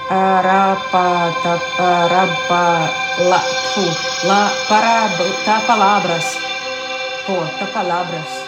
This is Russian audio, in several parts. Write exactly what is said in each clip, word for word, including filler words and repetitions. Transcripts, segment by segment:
Арапа, тапарапа, ла, фу, ла, параб, тапалабрас. О, тапалабрас.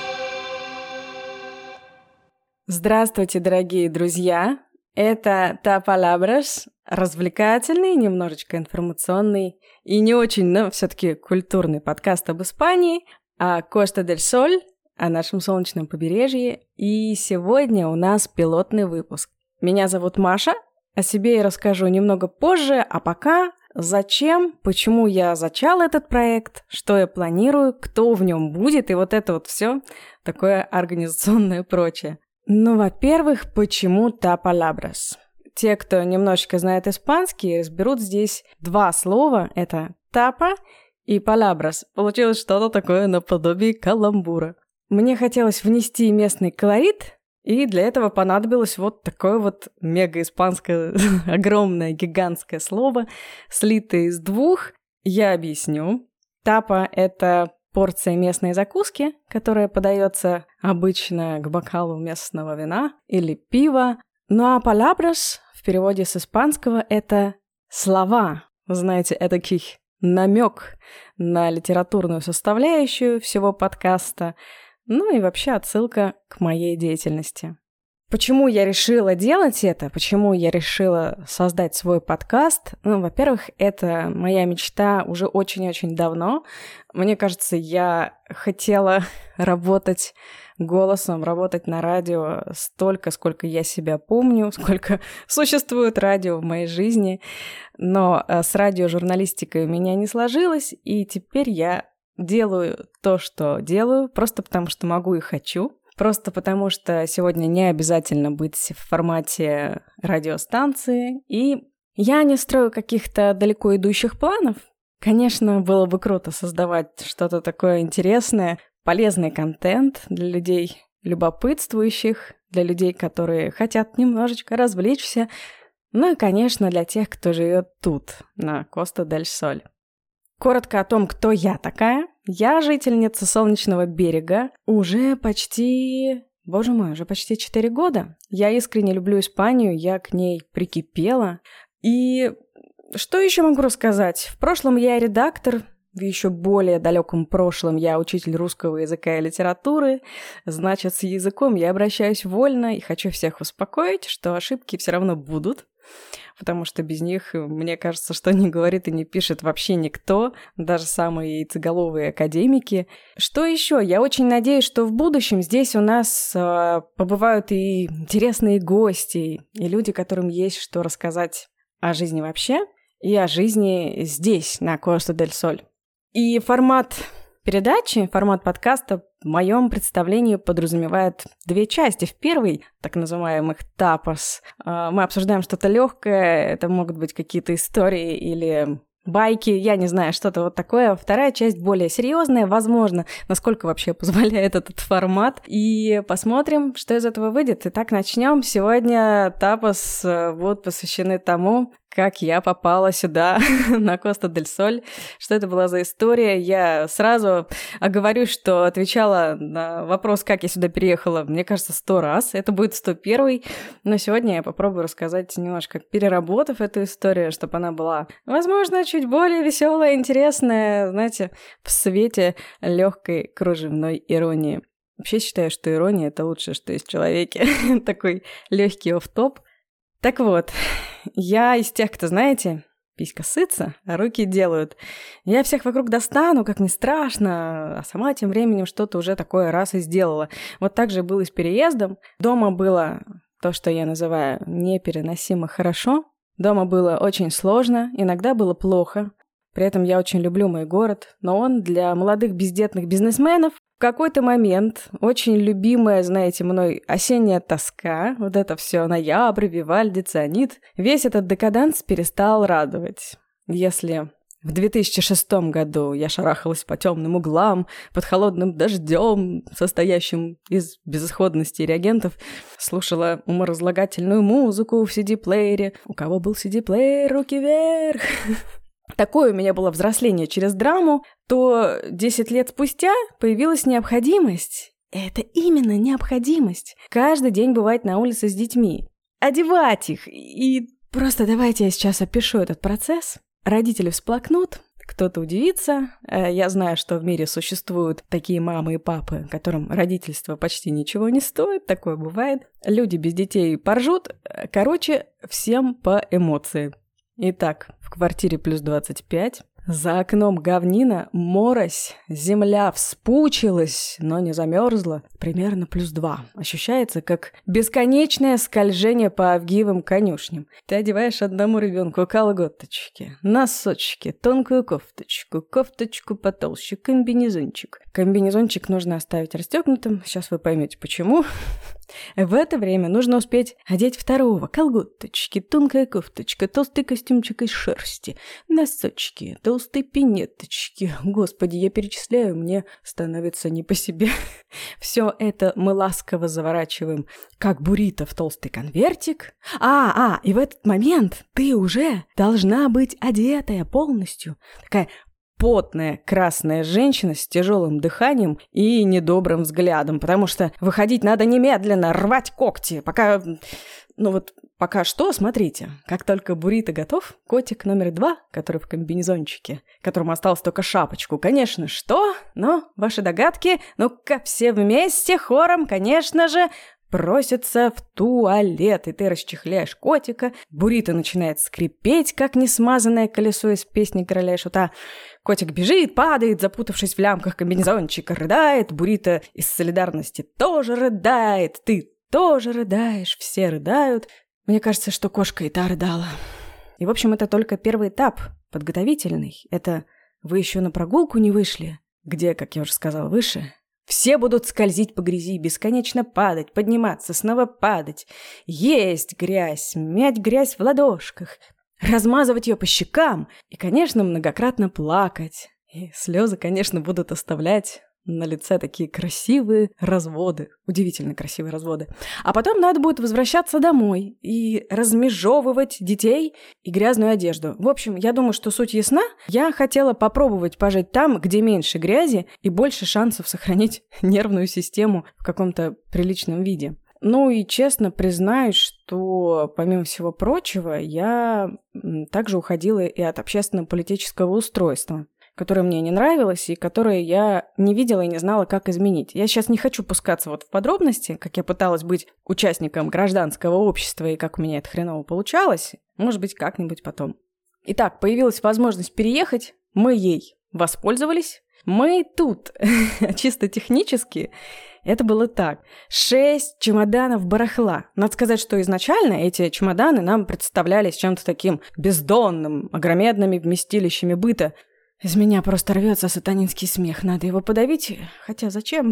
Здравствуйте, дорогие друзья! Это Тапалабрас, развлекательный, немножечко информационный и не очень, но все-таки культурный подкаст об Испании, о Коста-дель-Соль, о нашем солнечном побережье. И сегодня у нас пилотный выпуск. Меня зовут Маша, о себе я расскажу немного позже, а пока зачем, почему я зачала этот проект, что я планирую, кто в нем будет, и вот это вот все такое организационное прочее. Ну, во-первых, почему Тапалабрас? Те, кто немножечко знает испанский, разберут здесь два слова. Это тапа и палабрас. Получилось что-то такое наподобие каламбура. Мне хотелось внести местный колорит, и для этого понадобилось вот такое вот мега-испанское, огромное, гигантское слово, слитое из двух. Я объясню. Тапа — это порция местной закуски, которая подается обычно к бокалу местного вина или пива. Ну а палабрас в переводе с испанского — это слова. Вы знаете, этакий намек на литературную составляющую всего подкаста. Ну и вообще отсылка к моей деятельности. Почему я решила делать это? Почему я решила создать свой подкаст? Ну, во-первых, это моя мечта уже очень-очень давно. Мне кажется, я хотела работать голосом, работать на радио столько, сколько я себя помню, сколько существует радио в моей жизни. Но с радиожурналистикой у меня не сложилось, и теперь я делаю то, что делаю, просто потому что могу и хочу. Просто потому что сегодня не обязательно быть в формате радиостанции, и я не строю каких-то далеко идущих планов. Конечно, было бы круто создавать что-то такое интересное, полезный контент для людей любопытствующих, для людей, которые хотят немножечко развлечься, ну и, конечно, для тех, кто живет тут, на Коста-дель-Соль. Коротко о том, кто я такая. Я жительница Солнечного берега уже почти... Боже мой, уже почти четыре года. Я искренне люблю Испанию, я к ней прикипела. И что еще могу рассказать? В прошлом я редактор, в еще более далеком прошлом я учитель русского языка и литературы. Значит, с языком я обращаюсь вольно и хочу всех успокоить, что ошибки все равно будут. Потому что без них, мне кажется, что не говорит и не пишет вообще никто, даже самые яйцеголовые академики. Что еще? Я очень надеюсь, что в будущем здесь у нас э, побывают и интересные гости, и люди, которым есть что рассказать о жизни вообще, и о жизни здесь, на Коста-дель-Соль. И формат передачи, формат подкаста в моем представлении подразумевает две части. В первой, так называемых тапас, мы обсуждаем что-то легкое, это могут быть какие-то истории или байки, я не знаю, что-то вот такое. Вторая часть более серьезная, возможно, насколько вообще позволяет этот формат. И посмотрим, что из этого выйдет. Итак, начнем. Сегодня тапас будут посвящены тому, как я попала сюда, на Коста-дель-Соль. Что это была за история? Я сразу оговорюсь, что отвечала на вопрос, как я сюда переехала, мне кажется, сто раз. Это будет сто первый. Но сегодня я попробую рассказать немножко, переработав эту историю, чтобы она была, возможно, чуть более веселая, интересная, знаете, в свете легкой кружевной иронии. Вообще считаю, что ирония — это лучшее, что есть в человеке. Такой легкий офф-топ. Так вот, я из тех, кто, знаете, писька сытся, а руки делают. Я всех вокруг достану, как не страшно, а сама тем временем что-то уже такое раз и сделала. Вот так же было и с переездом. Дома было то, что я называю непереносимо хорошо. Дома было очень сложно, иногда было плохо. При этом я очень люблю мой город, но он для молодых бездетных бизнесменов в какой-то момент очень любимая, знаете, мной осенняя тоска, вот это все ноябрь, Вивальди, цианид, весь этот декаданс перестал радовать. Если в две тысячи шестом году я шарахалась по темным углам, под холодным дождем, состоящим из безысходности реагентов, слушала уморазлагательную музыку в си ди-плеере. У кого был си ди-плеер, руки вверх! Такое у меня было взросление через драму, то десять лет спустя появилась необходимость. Это именно необходимость. Каждый день бывать на улице с детьми. Одевать их и Просто давайте я сейчас опишу этот процесс. Родители всплакнут, кто-то удивится. Я знаю, что в мире существуют такие мамы и папы, которым родительство почти ничего не стоит, такое бывает. Люди без детей поржут. Короче, всем по эмоции. Итак, в квартире плюс двадцать пять. За окном говнина, морось, земля вспучилась, но не замерзла. Примерно плюс два. Ощущается, как бесконечное скольжение по авгиевым конюшням. Ты одеваешь одному ребенку колготочки, носочки, тонкую кофточку, кофточку потолще, комбинезончик. Комбинезончик нужно оставить расстегнутым, сейчас вы поймете почему. В это время нужно успеть одеть второго. Колготочки, тонкая кофточка, толстый костюмчик из шерсти, носочки, толстые пинеточки. Господи, я перечисляю, мне становится не по себе. Все это мы ласково заворачиваем, как буррито, в толстый конвертик. А, а, и в этот момент ты уже должна быть одетая полностью. Такая потная красная женщина с тяжелым дыханием и недобрым взглядом, потому что выходить надо немедленно, рвать когти, пока... Ну вот пока что, смотрите, как только буррито готов, котик номер два, который в комбинезончике, которому осталось только шапочку, конечно, что? Ну, ваши догадки? Ну-ка, все вместе, хором, конечно же... Просится в туалет, и ты расчехляешь котика. Буррито начинает скрипеть, как несмазанное колесо из песни «Короля и Шута». Котик бежит, падает, запутавшись в лямках комбинезончика, рыдает. Буррито из солидарности тоже рыдает. Ты тоже рыдаешь, все рыдают. Мне кажется, что кошка и та рыдала. И, в общем, это только первый этап, подготовительный. Это вы еще на прогулку не вышли, где, как я уже сказала выше... Все будут скользить по грязи, бесконечно падать, подниматься, снова падать, есть грязь, мять грязь в ладошках, размазывать ее по щекам и, конечно, многократно плакать. И слезы, конечно, будут оставлять на лице такие красивые разводы, удивительно красивые разводы. А потом надо будет возвращаться домой и размежевывать детей и грязную одежду. В общем, я думаю, что суть ясна. Я хотела попробовать пожить там, где меньше грязи и больше шансов сохранить нервную систему в каком-то приличном виде. Ну и честно признаюсь, что, помимо всего прочего, я также уходила и от общественно-политического устройства, которое мне не нравилось и которое я не видела и не знала, как изменить. Я сейчас не хочу пускаться вот в подробности, как я пыталась быть участником гражданского общества и как у меня это хреново получалось. Может быть, как-нибудь потом. Итак, появилась возможность переехать, мы ей воспользовались. Мы тут, чисто технически, это было так. Шесть чемоданов барахла. Надо сказать, что изначально эти чемоданы нам представлялись чем-то таким бездонным, огромедными вместилищами быта. Из меня просто рвется сатанинский смех. Надо его подавить. Хотя зачем?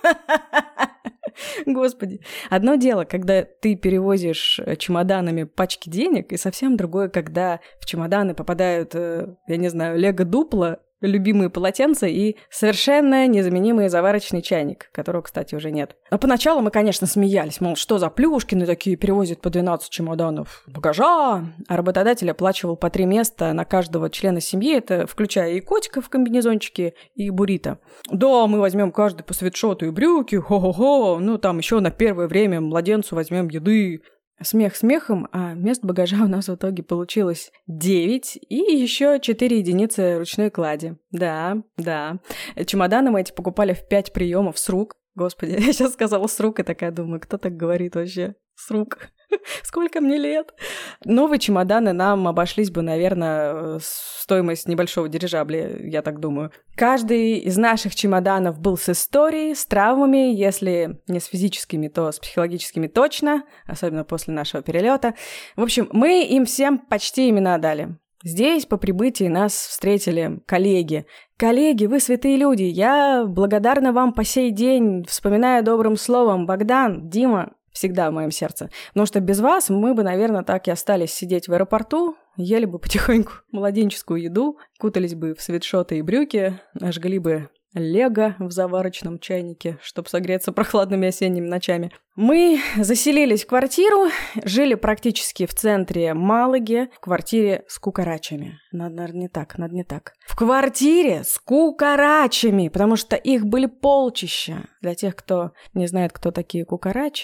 Господи. Одно дело, когда ты перевозишь чемоданами пачки денег, и совсем другое, когда в чемоданы попадают, я не знаю, лего-дупло, любимые полотенца и совершенно незаменимый заварочный чайник, которого, кстати, уже нет. А поначалу мы, конечно, смеялись, мол, что за плюшкины такие перевозят по двенадцать чемоданов багажа, а работодатель оплачивал по три места на каждого члена семьи, это включая и котика в комбинезончике, и буррито. Да, мы возьмем каждый по свитшоту и брюки, хо-хо-хо, ну там еще на первое время младенцу возьмем еды. Смех смехом, а мест багажа у нас в итоге получилось девять и еще четыре единицы ручной клади. Да, да. Чемоданы мы эти покупали в пять приемов с рук. Господи, я сейчас сказала с рук и такая думаю, кто так говорит вообще? С рук. Сколько мне лет? Новые чемоданы нам обошлись бы, наверное, стоимость небольшого дирижабля, я так думаю. Каждый из наших чемоданов был с историей, с травмами, если не с физическими, то с психологическими точно, особенно после нашего перелета. В общем, мы им всем почти имена дали. Здесь по прибытии нас встретили коллеги. Коллеги, вы святые люди, я благодарна вам по сей день, вспоминаю добрым словом. Богдан, Дима, всегда в моем сердце. Потому что без вас мы бы, наверное, так и остались сидеть в аэропорту, ели бы потихоньку младенческую еду, кутались бы в свитшоты и брюки, жгли бы лего в заварочном чайнике, чтобы согреться прохладными осенними ночами. Мы заселились в квартиру, жили практически в центре Малаги, в квартире с кукарачами. Надо, наверное, не так, надо не так. В квартире с кукарачами, потому что их были полчища. Для тех, кто не знает, кто такие кукарачи,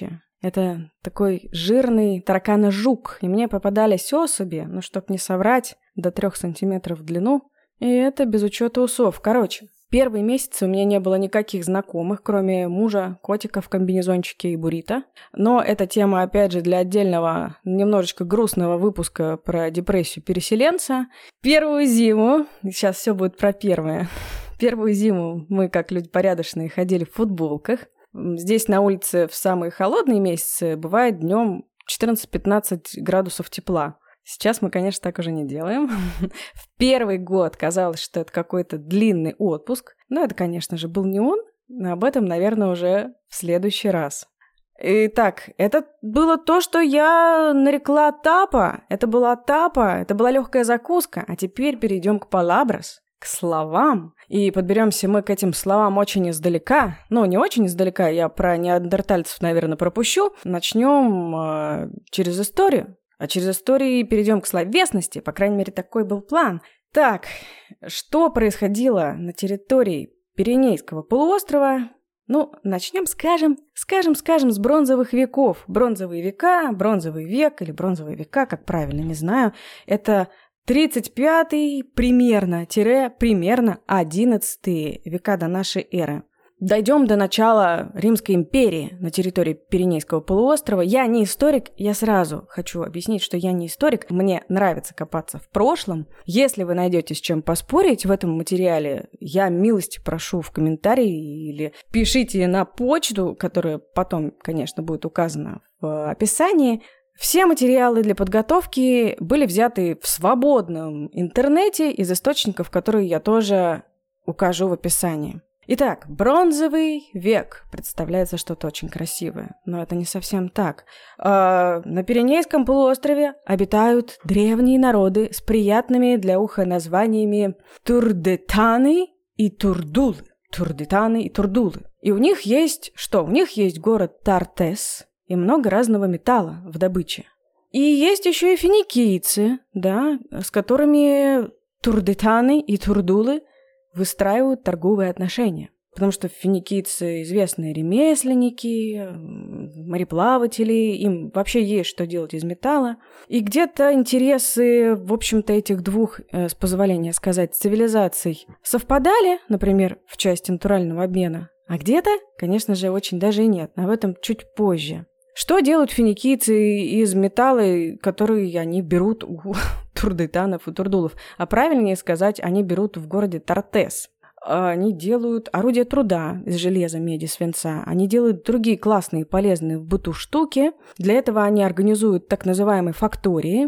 Это такой жирный таракана-жук, и мне попадались особи, ну, чтоб не соврать, до трех сантиметров в длину, и это без учета усов. Короче, первые месяцы у меня не было никаких знакомых, кроме мужа, котика в комбинезончике и буррито. Но эта тема, опять же, для отдельного, немножечко грустного выпуска про депрессию переселенца. Первую зиму, сейчас все будет про первое, первую зиму мы, как люди порядочные, ходили в футболках. Здесь на улице в самые холодные месяцы бывает днем четырнадцать-пятнадцать градусов тепла. Сейчас мы, конечно, так уже не делаем. В первый год казалось, что это какой-то длинный отпуск. Но это, конечно же, был не он. Но об этом, наверное, уже в следующий раз. Итак, это было то, что я нарекла тапа. Это была тапа, это была легкая закуска. А теперь перейдем к палаброс, к словам. И подберемся мы к этим словам очень издалека. Ну, не очень издалека, я про неандертальцев, наверное, пропущу. Начнем э, через историю. А через историю перейдем к словесности. По крайней мере, такой был план. Так, что происходило на территории Пиренейского полуострова? Ну, начнем, скажем, скажем, скажем, с бронзовых веков. Бронзовые века, бронзовый век или бронзовые века, как правильно, не знаю. Это тридцать пятый примерно, тире примерно одиннадцатый века до нашей эры. Дойдем до начала Римской империи на территории Пиренейского полуострова. Я не историк, я сразу хочу объяснить, что я не историк. Мне нравится копаться в прошлом. Если вы найдете с чем поспорить в этом материале, я милости прошу в комментарии или пишите на почту, которая потом, конечно, будет указана в описании. Все материалы для подготовки были взяты в свободном интернете из источников, которые я тоже укажу в описании. Итак, бронзовый век. Представляется что-то очень красивое, но это не совсем так. А, на Пиренейском полуострове обитают древние народы с приятными для уха названиями турдетаны и турдулы. Турдетаны и турдулы. И у них есть что? У них есть город Тартес и много разного металла в добыче. И есть еще и финикийцы, да, с которыми турдетаны и турдулы выстраивают торговые отношения. Потому что финикийцы известные ремесленники, мореплаватели, им вообще есть что делать из металла. И где-то интересы, в общем-то, этих двух, с позволения сказать, цивилизаций совпадали, например, в части натурального обмена, а где-то, конечно же, очень даже и нет. Об этом чуть позже. Что делают финикийцы из металла, который они берут у турдетанов и турдулов? А правильнее сказать, они берут в городе Тартес. Они делают орудия труда из железа, меди, свинца. Они делают другие классные, полезные в быту штуки. Для этого они организуют так называемые фактории.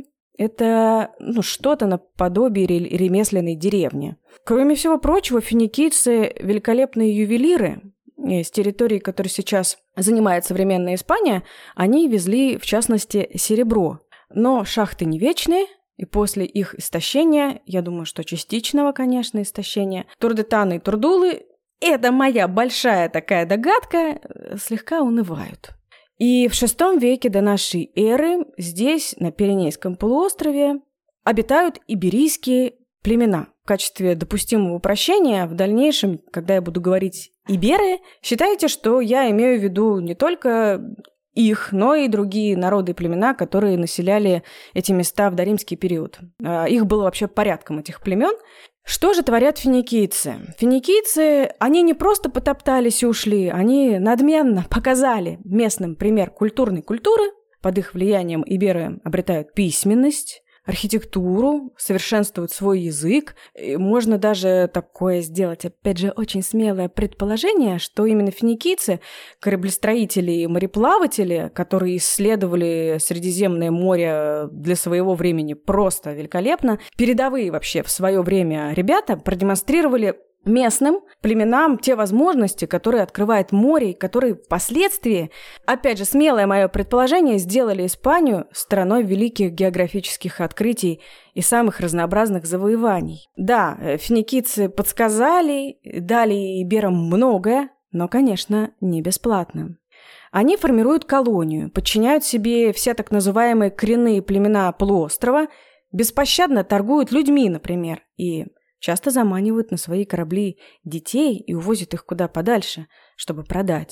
Это ну, что-то наподобие ремесленной деревни. Кроме всего прочего, финикийцы – великолепные ювелиры. С территории, которой сейчас занимает современная Испания, они везли, в частности, серебро. Но шахты не вечные, и после их истощения, я думаю, что частичного, конечно, истощения, турдетаны и турдулы, это моя большая такая догадка, слегка унывают. И в шестом веке до нашей эры здесь, на Пиренейском полуострове, обитают иберийские племена. В качестве допустимого упрощения в дальнейшем, когда я буду говорить «иберы», считайте, что я имею в виду не только их, но и другие народы и племена, которые населяли эти места в доримский период. Их было вообще порядком, этих племен. Что же творят финикийцы? Финикийцы, они не просто потоптались и ушли, они надменно показали местным пример культурной культуры. Под их влиянием иберы обретают письменность, архитектуру, совершенствуют свой язык. И можно даже такое сделать, опять же, очень смелое предположение, что именно финикийцы, кораблестроители и мореплаватели, которые исследовали Средиземное море для своего времени просто великолепно, передовые вообще в свое время ребята продемонстрировали местным племенам те возможности, которые открывает море, и которые впоследствии, опять же, смелое мое предположение, сделали Испанию страной великих географических открытий и самых разнообразных завоеваний. Да, финикийцы подсказали, дали иберам многое, но, конечно, не бесплатно. Они формируют колонию, подчиняют себе все так называемые коренные племена полуострова, беспощадно торгуют людьми, например, и часто заманивают на свои корабли детей и увозят их куда подальше, чтобы продать.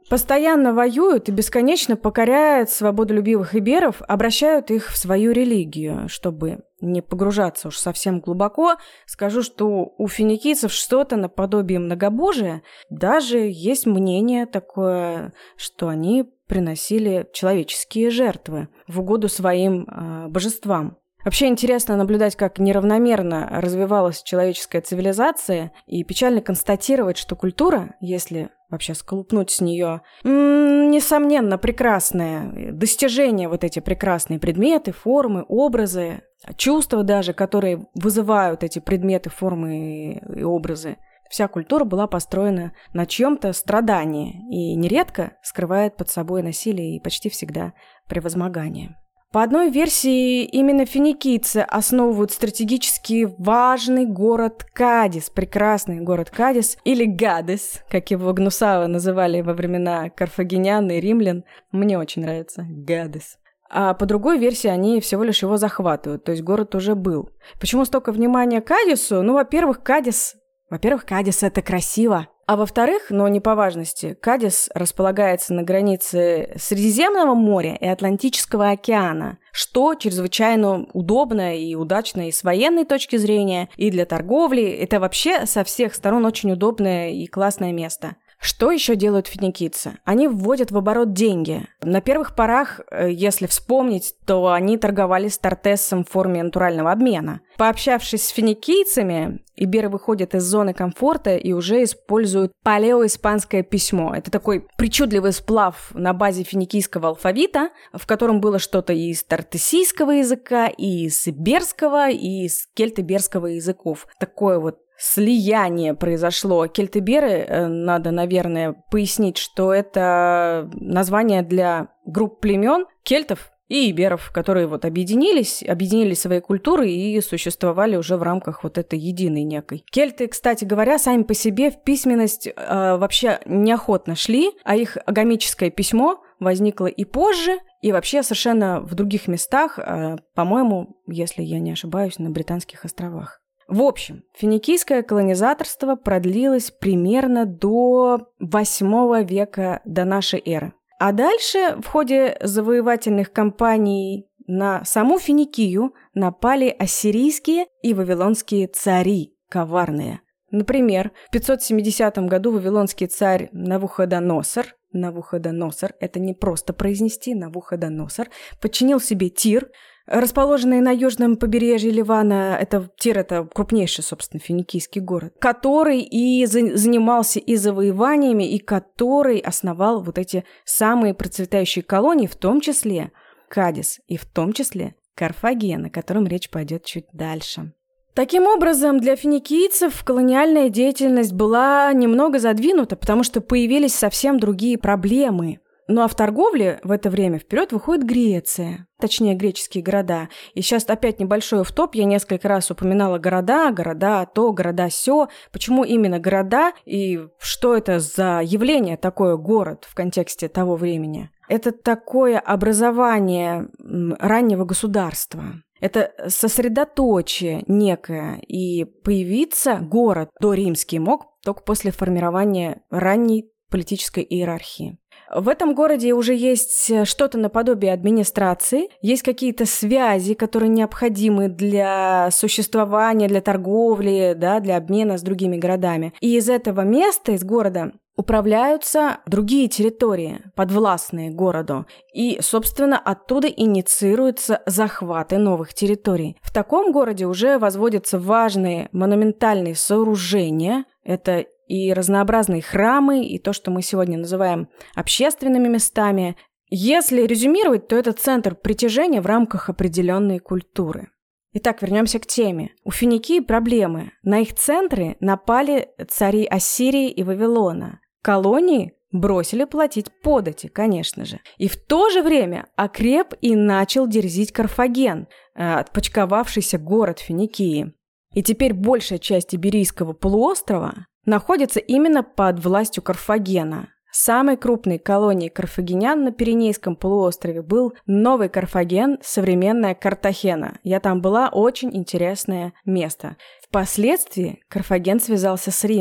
постоянно воюют и бесконечно покоряют свободолюбивых иберов, обращают их в свою религию. Чтобы не погружаться уж совсем глубоко, скажу, что у финикийцев что-то наподобие многобожия. Даже есть мнение такое, что они приносили человеческие жертвы в угоду своим э, божествам. Вообще интересно наблюдать, как неравномерно развивалась человеческая цивилизация, и печально констатировать, что культура, если вообще сколупнуть с нее, м-м, несомненно, прекрасное достижение, вот эти прекрасные предметы, формы, образы, чувства даже, которые вызывают эти предметы, формы и образы. Вся культура была построена на чьем-то страдании и нередко скрывает под собой насилие и почти всегда превозмогание. По одной версии, именно финикийцы основывают стратегически важный город Кадис, прекрасный город Кадис, или Гадес, как его гнусаво называли во времена карфагенян и римлян. Мне очень нравится Гадес. А по другой версии, они всего лишь его захватывают, то есть город уже был. Почему столько внимания Кадису? Ну, во-первых, Кадис... Во-первых, Кадис — это красиво. А во-вторых, но не по важности, Кадис располагается на границе Средиземного моря и Атлантического океана, что чрезвычайно удобно и удачно и с военной точки зрения, и для торговли. Это вообще со всех сторон очень удобное и классное место. Что еще делают финикийцы? Они вводят в оборот деньги. На первых порах, если вспомнить, то они торговали с Тартессом в форме натурального обмена. Пообщавшись с финикийцами, иберы выходят из зоны комфорта и уже используют палео-испанское письмо. Это такой причудливый сплав на базе финикийского алфавита, в котором было что-то и из тартессийского языка, и из иберского, и из кельт-иберского языков. Такое вот слияние произошло. Кельт-иберы, надо, наверное, пояснить, что это название для групп племен кельтов и иберов, которые вот объединились, объединили свои культуры и существовали уже в рамках вот этой единой некой. Кельты, кстати говоря, сами по себе в письменность э, вообще неохотно шли, а их агамическое письмо возникло и позже, и вообще совершенно в других местах, э, по-моему, если я не ошибаюсь, на Британских островах. В общем, финикийское колонизаторство продлилось примерно до восьмого века до нашей эры. А дальше в ходе завоевательных кампаний на саму Финикию напали ассирийские и вавилонские цари, коварные. Например, в пятьсот семидесятом году вавилонский царь Навуходоносор, Навуходоносор, это не просто произнести, Навуходоносор, подчинил себе Тир, расположенный на южном побережье Ливана. Это Тир — это крупнейший, собственно, финикийский город, который и за- занимался и завоеваниями, и который основал вот эти самые процветающие колонии, в том числе Кадис, и в том числе Карфаген, о котором речь пойдет чуть дальше. Таким образом, для финикийцев колониальная деятельность была немного задвинута, потому что появились совсем другие проблемы. Ну а в торговле в это время вперед выходит Греция, точнее греческие города. И сейчас опять небольшой офф-топ, я несколько раз упоминала города, города то, города сё. Почему именно города и что это за явление такое город в контексте того времени? Это такое образование раннего государства. Это сосредоточие некое, и появиться город доримский мог только после формирования ранней политической иерархии. В этом городе уже есть что-то наподобие администрации, есть какие-то связи, которые необходимы для существования, для торговли, да, для обмена с другими городами. И из этого места, из города, управляются другие территории, подвластные городу, и, собственно, оттуда инициируются захваты новых территорий. В таком городе уже возводятся важные монументальные сооружения, это и разнообразные храмы, и то, что мы сегодня называем общественными местами. Если резюмировать, то это центр притяжения в рамках определенной культуры. Итак, вернемся к теме. У Финикии проблемы. На их центры напали цари Ассирии и Вавилона. Колонии бросили платить подати, конечно же. И в то же время окреп и начал дерзить Карфаген, отпочковавшийся город Финикии. И теперь большая часть Иберийского полуострова находится именно под властью Карфагена. Самой крупной колонией карфагенян на Пиренейском полуострове был Новый Карфаген, современная Картахена. Я там была, очень интересное место. Впоследствии Карфаген связался с Римом.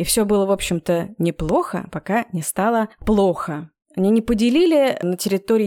И все было, в общем-то, неплохо, пока не стало плохо. Они не поделили на территории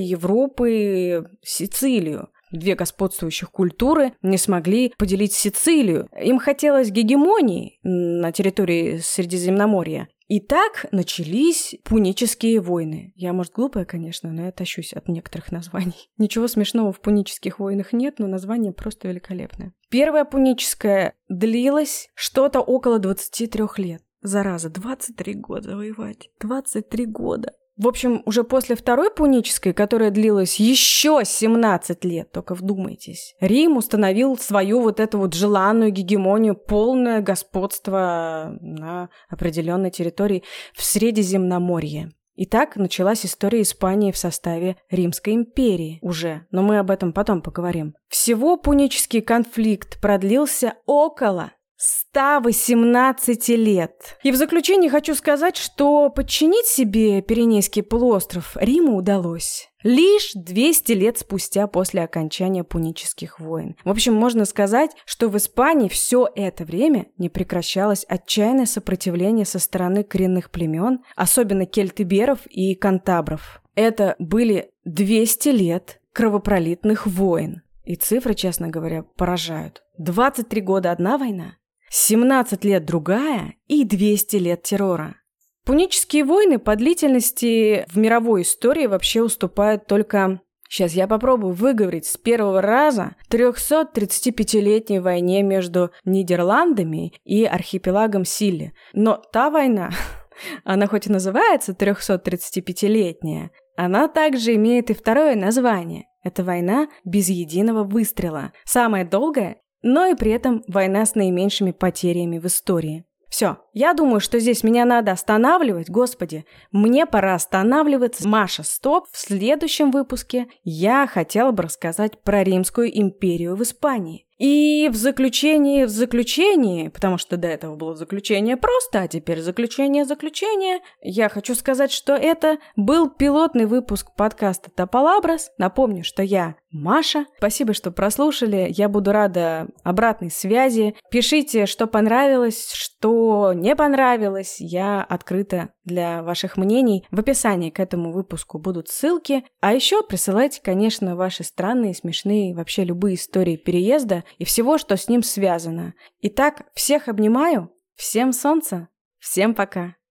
Европы Сицилию. Две господствующих культуры не смогли поделить Сицилию. Им хотелось гегемонии на территории Средиземноморья. И так начались пунические войны. Я, может, глупая, конечно, но я тащусь от некоторых названий. Ничего смешного в пунических войнах нет, но название просто великолепное. Первая пуническая длилась что-то около двадцати трёх лет. Зараза, двадцать три года воевать. двадцать три года. В общем, уже после Второй Пунической, которая длилась еще семнадцать лет, только вдумайтесь, Рим установил свою вот эту вот желанную гегемонию, полное господство на определенной территории в Средиземноморье. И так началась история Испании в составе Римской империи уже, но мы об этом потом поговорим. Всего пунический конфликт продлился около ста восемнадцати лет. И в заключение хочу сказать, что подчинить себе Пиренейский полуостров Риму удалось лишь двести лет спустя после окончания пунических войн. В общем, можно сказать, что в Испании все это время не прекращалось отчаянное сопротивление со стороны коренных племен, особенно кельтиберов и кантабров. Это были двести лет кровопролитных войн. И цифры, честно говоря, поражают. двадцать три года одна война, семнадцать лет другая и двести лет террора. Пунические войны по длительности в мировой истории вообще уступают только, сейчас я попробую выговорить с первого раза, трехсоттридцатипятилетней войне между Нидерландами и архипелагом Сили. Но та война, она хоть и называется трехсоттридцатипятилетняя, она также имеет и второе название. Это война без единого выстрела. Самая долгая, но и при этом война с наименьшими потерями в истории. Все, я думаю, что здесь меня надо останавливать. Господи, мне пора останавливаться. Маша, стоп! В следующем выпуске я хотела бы рассказать про Римскую империю в Испании. И в заключении, в заключении, потому что до этого было заключение просто, а теперь заключение, заключение, я хочу сказать, что это был пилотный выпуск подкаста «Тапалабрас». Напомню, что я Маша. Спасибо, что прослушали. Я буду рада обратной связи. Пишите, что понравилось, что не понравилось. Я открыта для ваших мнений. В описании к этому выпуску будут ссылки. А еще присылайте, конечно, ваши странные, смешные, вообще любые истории переезда и всего, что с ним связано. Итак, всех обнимаю, всем солнца, всем пока!